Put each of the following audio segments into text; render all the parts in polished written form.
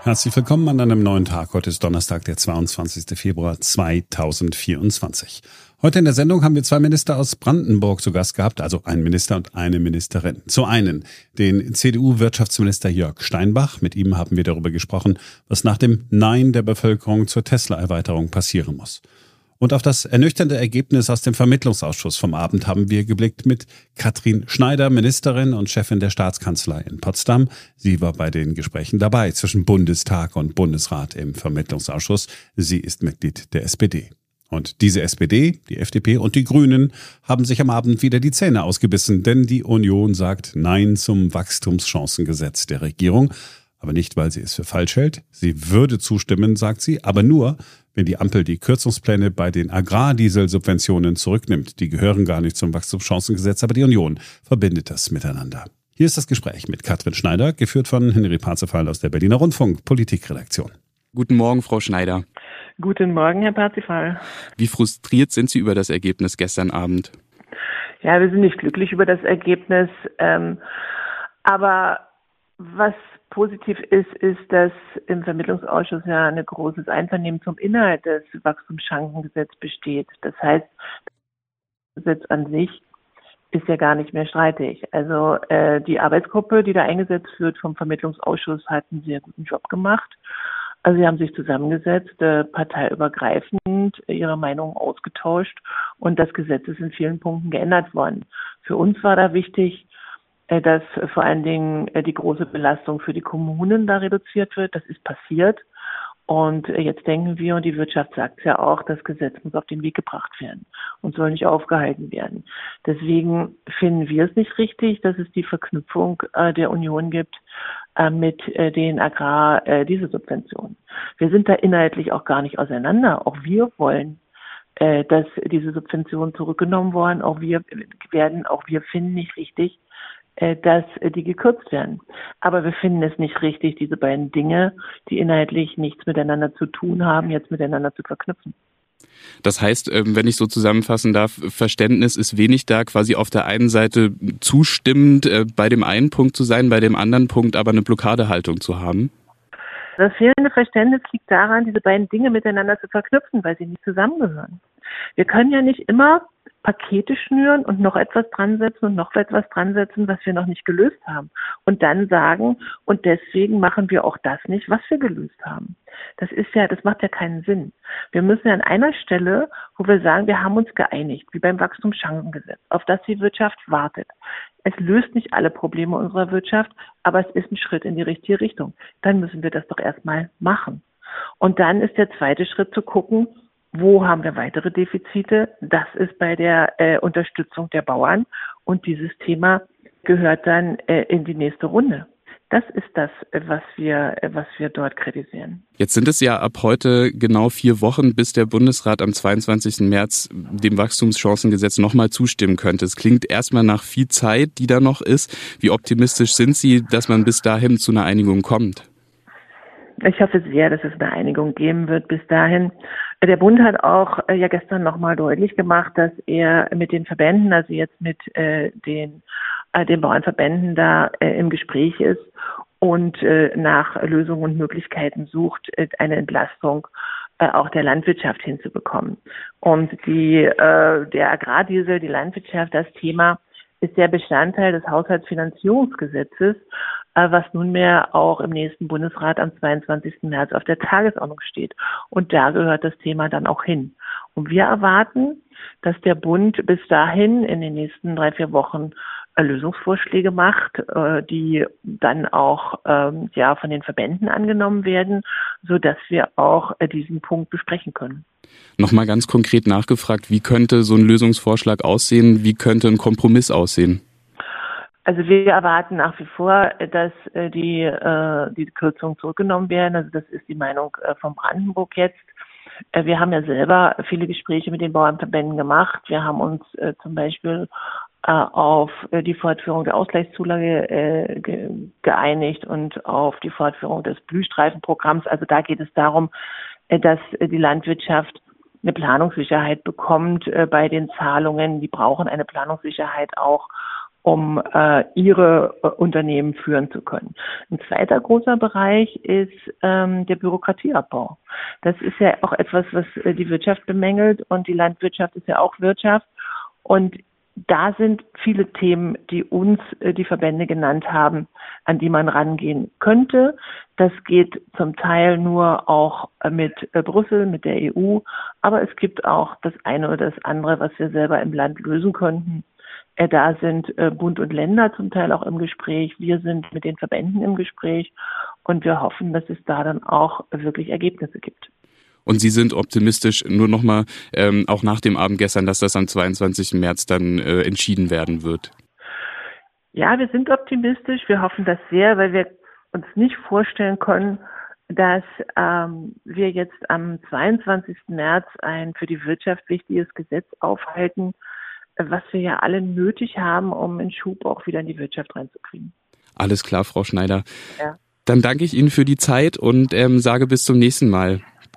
Herzlich willkommen an einem neuen Tag. Heute ist Donnerstag, der 22. Februar 2024. Heute in der Sendung haben wir zwei Minister aus Brandenburg zu Gast gehabt, also ein Minister und eine Ministerin. Zum einen den CDU-Wirtschaftsminister Jörg Steinbach. Mit ihm haben wir darüber gesprochen, was nach dem Nein der Bevölkerung zur Tesla-Erweiterung passieren muss. Und auf das ernüchternde Ergebnis aus dem Vermittlungsausschuss vom Abend haben wir geblickt mit Katrin Schneider, Ministerin und Chefin der Staatskanzlei in Potsdam. Sie war bei den Gesprächen dabei zwischen Bundestag und Bundesrat im Vermittlungsausschuss. Sie ist Mitglied der SPD. Und diese SPD, die FDP und die Grünen haben sich am Abend wieder die Zähne ausgebissen, denn die Union sagt Nein zum Wachstumschancengesetz der Regierung. Aber nicht, weil sie es für falsch hält. Sie würde zustimmen, sagt sie, aber nur, wenn die Ampel die Kürzungspläne bei den Agrardieselsubventionen zurücknimmt. Die gehören gar nicht zum Wachstumschancengesetz, aber die Union verbindet das miteinander. Hier ist das Gespräch mit Katrin Schneider, geführt von Henry Parzifal aus der Berliner Rundfunk Politikredaktion. Guten Morgen, Frau Schneider. Guten Morgen, Herr Parzifal. Wie frustriert sind Sie über das Ergebnis gestern Abend? Ja, wir sind nicht glücklich über das Ergebnis. Aber was positiv ist, dass im Vermittlungsausschuss ja ein großes Einvernehmen zum Inhalt des Wachstumschancengesetzes besteht. Das heißt, das Gesetz an sich ist ja gar nicht mehr streitig. Also die Arbeitsgruppe, die da eingesetzt wird vom Vermittlungsausschuss, hat einen sehr guten Job gemacht. Also sie haben sich zusammengesetzt, parteiübergreifend ihre Meinungen ausgetauscht und das Gesetz ist in vielen Punkten geändert worden. Für uns war da wichtig, dass vor allen Dingen die große Belastung für die Kommunen da reduziert wird. Das ist passiert. Und jetzt denken wir, und die Wirtschaft sagt es ja auch, das Gesetz muss auf den Weg gebracht werden und soll nicht aufgehalten werden. Deswegen finden wir es nicht richtig, dass es die Verknüpfung der Union gibt mit den Agrardieselsubventionen. Wir sind da inhaltlich auch gar nicht auseinander. Auch wir wollen, dass diese Subventionen zurückgenommen werden. Auch wir finden nicht richtig, dass die gekürzt werden. Aber wir finden es nicht richtig, diese beiden Dinge, die inhaltlich nichts miteinander zu tun haben, jetzt miteinander zu verknüpfen. Das heißt, wenn ich so zusammenfassen darf, Verständnis ist wenig da, quasi auf der einen Seite zustimmend bei dem einen Punkt zu sein, bei dem anderen Punkt aber eine Blockadehaltung zu haben? Das fehlende Verständnis liegt daran, diese beiden Dinge miteinander zu verknüpfen, weil sie nicht zusammengehören. Wir können ja nicht immer Pakete schnüren und noch etwas dran setzen und noch etwas dran setzen, was wir noch nicht gelöst haben. Und dann sagen, und deswegen machen wir auch das nicht, was wir gelöst haben. Das macht ja keinen Sinn. Wir müssen ja an einer Stelle, wo wir sagen, wir haben uns geeinigt, wie beim Wachstumschancengesetz, auf das die Wirtschaft wartet. Es löst nicht alle Probleme unserer Wirtschaft, aber es ist ein Schritt in die richtige Richtung. Dann müssen wir das doch erstmal machen. Und dann ist der zweite Schritt zu gucken, wo haben wir weitere Defizite? Das ist bei der Unterstützung der Bauern. Und dieses Thema gehört dann in die nächste Runde. Das ist das, was wir dort kritisieren. Jetzt sind es ja ab heute genau 4 Wochen, bis der Bundesrat am 22. März dem Wachstumschancengesetz nochmal zustimmen könnte. Es klingt erstmal nach viel Zeit, die da noch ist. Wie optimistisch sind Sie, dass man bis dahin zu einer Einigung kommt? Ich hoffe sehr, dass es eine Einigung geben wird bis dahin. Der Bund hat auch ja gestern nochmal deutlich gemacht, dass er mit den Verbänden, also jetzt mit den Bauernverbänden da im Gespräch ist und nach Lösungen und Möglichkeiten sucht, eine Entlastung auch der Landwirtschaft hinzubekommen. Und der Agrardiesel, die Landwirtschaft, das Thema ist der Bestandteil des Haushaltsfinanzierungsgesetzes, was nunmehr auch im nächsten Bundesrat am 22. März auf der Tagesordnung steht. Und da gehört das Thema dann auch hin. Und wir erwarten, dass der Bund bis dahin in den nächsten 3-4 Wochen Lösungsvorschläge macht, die dann auch von den Verbänden angenommen werden, sodass wir auch diesen Punkt besprechen können. Nochmal ganz konkret nachgefragt, wie könnte so ein Lösungsvorschlag aussehen? Wie könnte ein Kompromiss aussehen? Also wir erwarten nach wie vor, dass die Kürzungen zurückgenommen werden. Also das ist die Meinung von Brandenburg jetzt. Wir haben ja selber viele Gespräche mit den Bauernverbänden gemacht. Wir haben uns zum Beispiel auf die Fortführung der Ausgleichszulage geeinigt und auf die Fortführung des Blühstreifenprogramms. Also da geht es darum, dass die Landwirtschaft eine Planungssicherheit bekommt bei den Zahlungen. Die brauchen eine Planungssicherheit auch, um ihre Unternehmen führen zu können. Ein zweiter großer Bereich ist der Bürokratieabbau. Das ist ja auch etwas, was die Wirtschaft bemängelt, und die Landwirtschaft ist ja auch Wirtschaft. Und da sind viele Themen, die uns die Verbände genannt haben, an die man rangehen könnte. Das geht zum Teil nur auch mit Brüssel, mit der EU, aber es gibt auch das eine oder das andere, was wir selber im Land lösen könnten. Da sind Bund und Länder zum Teil auch im Gespräch. Wir sind mit den Verbänden im Gespräch, und wir hoffen, dass es da dann auch wirklich Ergebnisse gibt. Und Sie sind optimistisch, nur nochmal, auch nach dem Abend gestern, dass das am 22. März dann entschieden werden wird? Ja, wir sind optimistisch. Wir hoffen das sehr, weil wir uns nicht vorstellen können, dass wir jetzt am 22. März ein für die Wirtschaft wichtiges Gesetz aufhalten, was wir ja alle nötig haben, um einen Schub auch wieder in die Wirtschaft reinzukriegen. Alles klar, Frau Schneider. Ja. Dann danke ich Ihnen für die Zeit und sage bis zum nächsten Mal.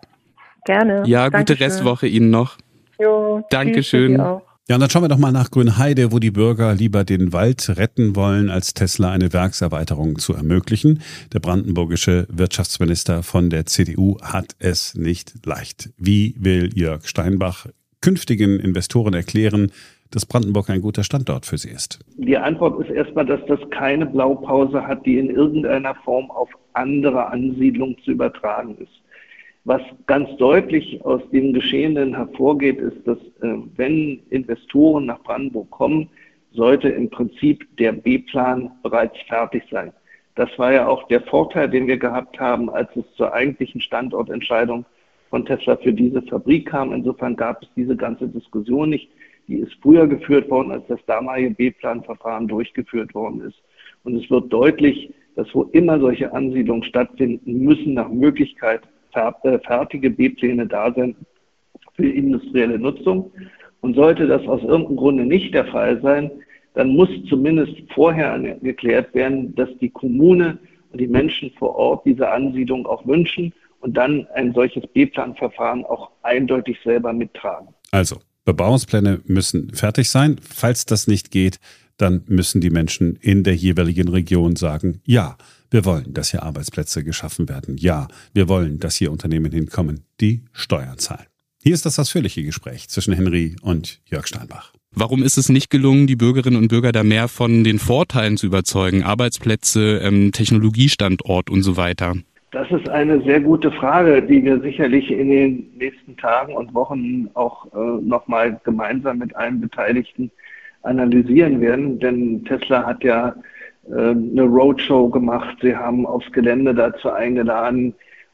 Gerne. Ja, gute Dankeschön. Restwoche Ihnen noch. Jo, Dankeschön. Auch. Ja, und dann schauen wir doch mal nach Grünheide, wo die Bürger lieber den Wald retten wollen, als Tesla eine Werkserweiterung zu ermöglichen. Der brandenburgische Wirtschaftsminister von der CDU hat es nicht leicht. Wie will Jörg Steinbach künftigen Investoren erklären, dass Brandenburg ein guter Standort für sie ist? Die Antwort ist erstmal, dass das keine Blaupause hat, die in irgendeiner Form auf andere Ansiedlungen zu übertragen ist. Was ganz deutlich aus dem Geschehenen hervorgeht, ist, dass wenn Investoren nach Brandenburg kommen, sollte im Prinzip der B-Plan bereits fertig sein. Das war ja auch der Vorteil, den wir gehabt haben, als es zur eigentlichen Standortentscheidung von Tesla für diese Fabrik kam. Insofern gab es diese ganze Diskussion nicht. Die ist früher geführt worden, als das damalige B-Plan-Verfahren durchgeführt worden ist. Und es wird deutlich, dass wo immer solche Ansiedlungen stattfinden, müssen nach Möglichkeit fertige B-Pläne da sind für industrielle Nutzung. Und sollte das aus irgendeinem Grunde nicht der Fall sein, dann muss zumindest vorher geklärt werden, dass die Kommune und die Menschen vor Ort diese Ansiedlung auch wünschen und dann ein solches B-Plan-Verfahren auch eindeutig selber mittragen. Also, Bebauungspläne müssen fertig sein. Falls das nicht geht, dann müssen die Menschen in der jeweiligen Region sagen, ja, wir wollen, dass hier Arbeitsplätze geschaffen werden. Ja, wir wollen, dass hier Unternehmen hinkommen, die Steuern zahlen. Hier ist das ausführliche Gespräch zwischen Henry und Jörg Steinbach. Warum ist es nicht gelungen, die Bürgerinnen und Bürger da mehr von den Vorteilen zu überzeugen? Arbeitsplätze, Technologiestandort und so weiter. Das ist eine sehr gute Frage, die wir sicherlich in den nächsten Tagen und Wochen auch nochmal gemeinsam mit allen Beteiligten analysieren werden. Denn Tesla hat ja eine Roadshow gemacht. Sie haben aufs Gelände dazu eingeladen.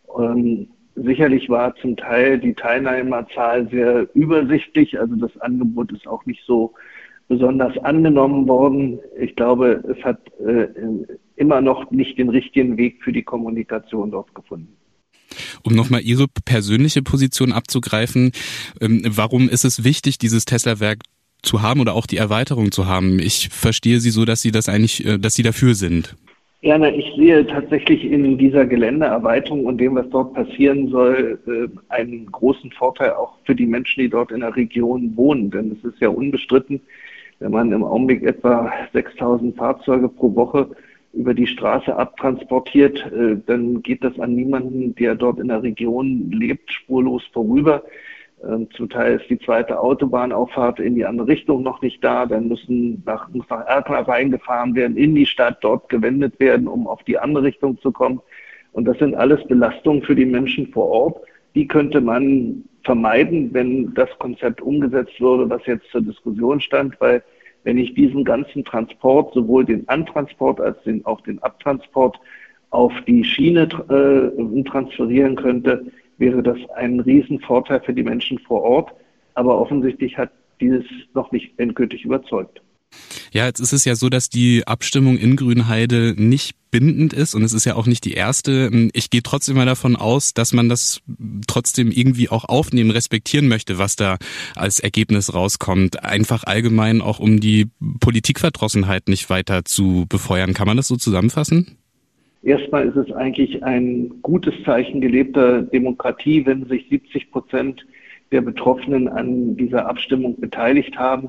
Sicherlich war zum Teil die Teilnehmerzahl sehr übersichtlich. Also das Angebot ist auch nicht so besonders angenommen worden. Ich glaube, es hat immer noch nicht den richtigen Weg für die Kommunikation dort gefunden. Um nochmal Ihre persönliche Position abzugreifen, warum ist es wichtig, dieses Tesla-Werk zu haben oder auch die Erweiterung zu haben? Ich verstehe Sie so, dass Sie dass Sie dafür sind. Ja, ich sehe tatsächlich in dieser Geländeerweiterung und dem, was dort passieren soll, einen großen Vorteil auch für die Menschen, die dort in der Region wohnen. Denn es ist ja unbestritten, wenn man im Augenblick etwa 6.000 Fahrzeuge pro Woche über die Straße abtransportiert, dann geht das an niemanden, der dort in der Region lebt, spurlos vorüber. Zum Teil ist die zweite Autobahnauffahrt in die andere Richtung noch nicht da. Dann muss nach Erkner reingefahren werden, in die Stadt, dort gewendet werden, um auf die andere Richtung zu kommen. Und das sind alles Belastungen für die Menschen vor Ort. Die könnte man vermeiden, wenn das Konzept umgesetzt würde, was jetzt zur Diskussion stand. Weil wenn ich diesen ganzen Transport, sowohl den Antransport als auch den Abtransport, auf die Schiene transferieren könnte, wäre das ein Riesenvorteil für die Menschen vor Ort. Aber offensichtlich hat dieses noch nicht endgültig überzeugt. Ja, jetzt ist es ja so, dass die Abstimmung in Grünheide nicht bindend ist und es ist ja auch nicht die erste. Ich gehe trotzdem mal davon aus, dass man das trotzdem irgendwie auch aufnehmen, respektieren möchte, was da als Ergebnis rauskommt. Einfach allgemein auch, um die Politikverdrossenheit nicht weiter zu befeuern. Kann man das so zusammenfassen? Erstmal ist es eigentlich ein gutes Zeichen gelebter Demokratie, wenn sich 70% der Betroffenen an dieser Abstimmung beteiligt haben.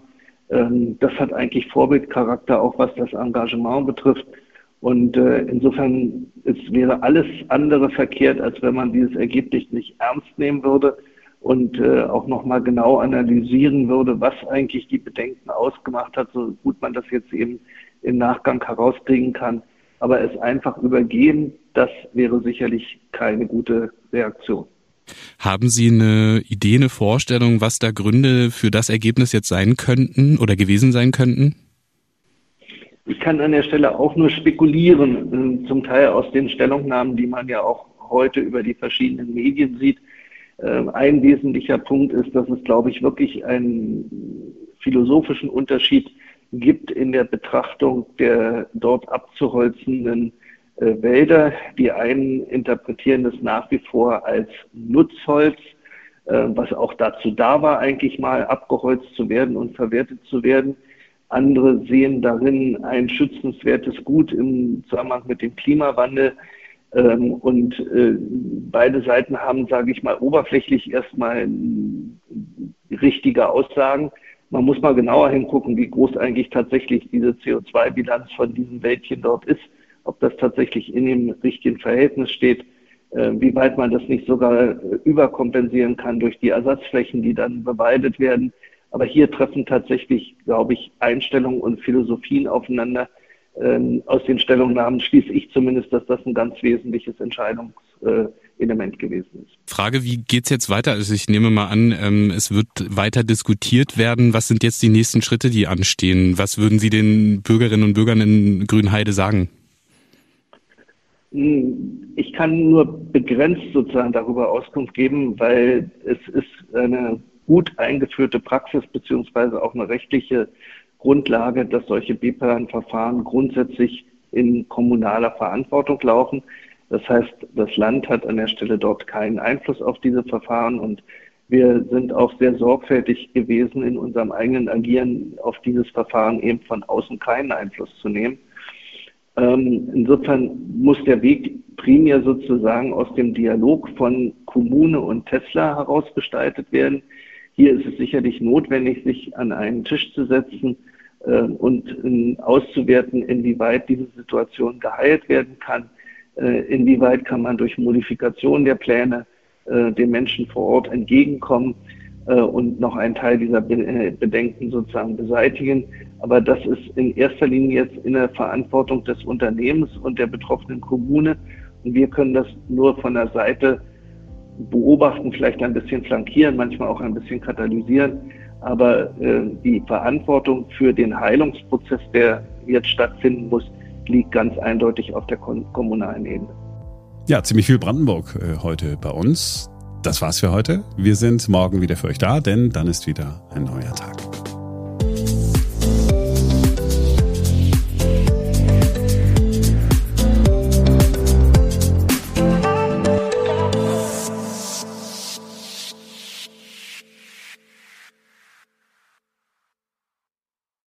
Das hat eigentlich Vorbildcharakter, auch was das Engagement betrifft. Und insofern wäre alles andere verkehrt, als wenn man dieses Ergebnis nicht ernst nehmen würde und auch nochmal genau analysieren würde, was eigentlich die Bedenken ausgemacht hat, so gut man das jetzt eben im Nachgang herauskriegen kann. Aber es einfach übergehen, das wäre sicherlich keine gute Reaktion. Haben Sie eine Idee, eine Vorstellung, was da Gründe für das Ergebnis jetzt sein könnten oder gewesen sein könnten? Ich kann an der Stelle auch nur spekulieren, zum Teil aus den Stellungnahmen, die man ja auch heute über die verschiedenen Medien sieht. Ein wesentlicher Punkt ist, dass es, glaube ich, wirklich einen philosophischen Unterschied gibt in der Betrachtung der dort abzuholzenden Wälder. Die einen interpretieren das nach wie vor als Nutzholz, was auch dazu da war, eigentlich mal abgeholzt zu werden und verwertet zu werden. Andere sehen darin ein schützenswertes Gut im Zusammenhang mit dem Klimawandel. Und beide Seiten haben, sage ich mal, oberflächlich erstmal richtige Aussagen. Man muss mal genauer hingucken, wie groß eigentlich tatsächlich diese CO2-Bilanz von diesem Wäldchen dort ist, ob das tatsächlich in dem richtigen Verhältnis steht, wie weit man das nicht sogar überkompensieren kann durch die Ersatzflächen, die dann bewaldet werden. Aber hier treffen tatsächlich, glaube ich, Einstellungen und Philosophien aufeinander. Aus den Stellungnahmen schließe ich zumindest, dass das ein ganz wesentliches Entscheidungselement gewesen ist. Frage, wie geht's jetzt weiter? Also ich nehme mal an, es wird weiter diskutiert werden. Was sind jetzt die nächsten Schritte, die anstehen? Was würden Sie den Bürgerinnen und Bürgern in Grünheide sagen? Ich kann nur begrenzt sozusagen darüber Auskunft geben, weil es ist eine gut eingeführte Praxis beziehungsweise auch eine rechtliche Grundlage, dass solche B-Plan-Verfahren grundsätzlich in kommunaler Verantwortung laufen. Das heißt, das Land hat an der Stelle dort keinen Einfluss auf diese Verfahren und wir sind auch sehr sorgfältig gewesen, in unserem eigenen Agieren auf dieses Verfahren eben von außen keinen Einfluss zu nehmen. Insofern muss der Weg primär sozusagen aus dem Dialog von Kommune und Tesla heraus gestaltet werden. Hier ist es sicherlich notwendig, sich an einen Tisch zu setzen und auszuwerten, inwieweit diese Situation geheilt werden kann, inwieweit kann man durch Modifikation der Pläne den Menschen vor Ort entgegenkommen und noch einen Teil dieser Bedenken sozusagen beseitigen. Aber das ist in erster Linie jetzt in der Verantwortung des Unternehmens und der betroffenen Kommune. Und wir können das nur von der Seite beobachten, vielleicht ein bisschen flankieren, manchmal auch ein bisschen katalysieren. Aber die Verantwortung für den Heilungsprozess, der jetzt stattfinden muss, liegt ganz eindeutig auf der kommunalen Ebene. Ja, ziemlich viel Brandenburg heute bei uns. Das war's für heute. Wir sind morgen wieder für euch da, denn dann ist wieder ein neuer Tag.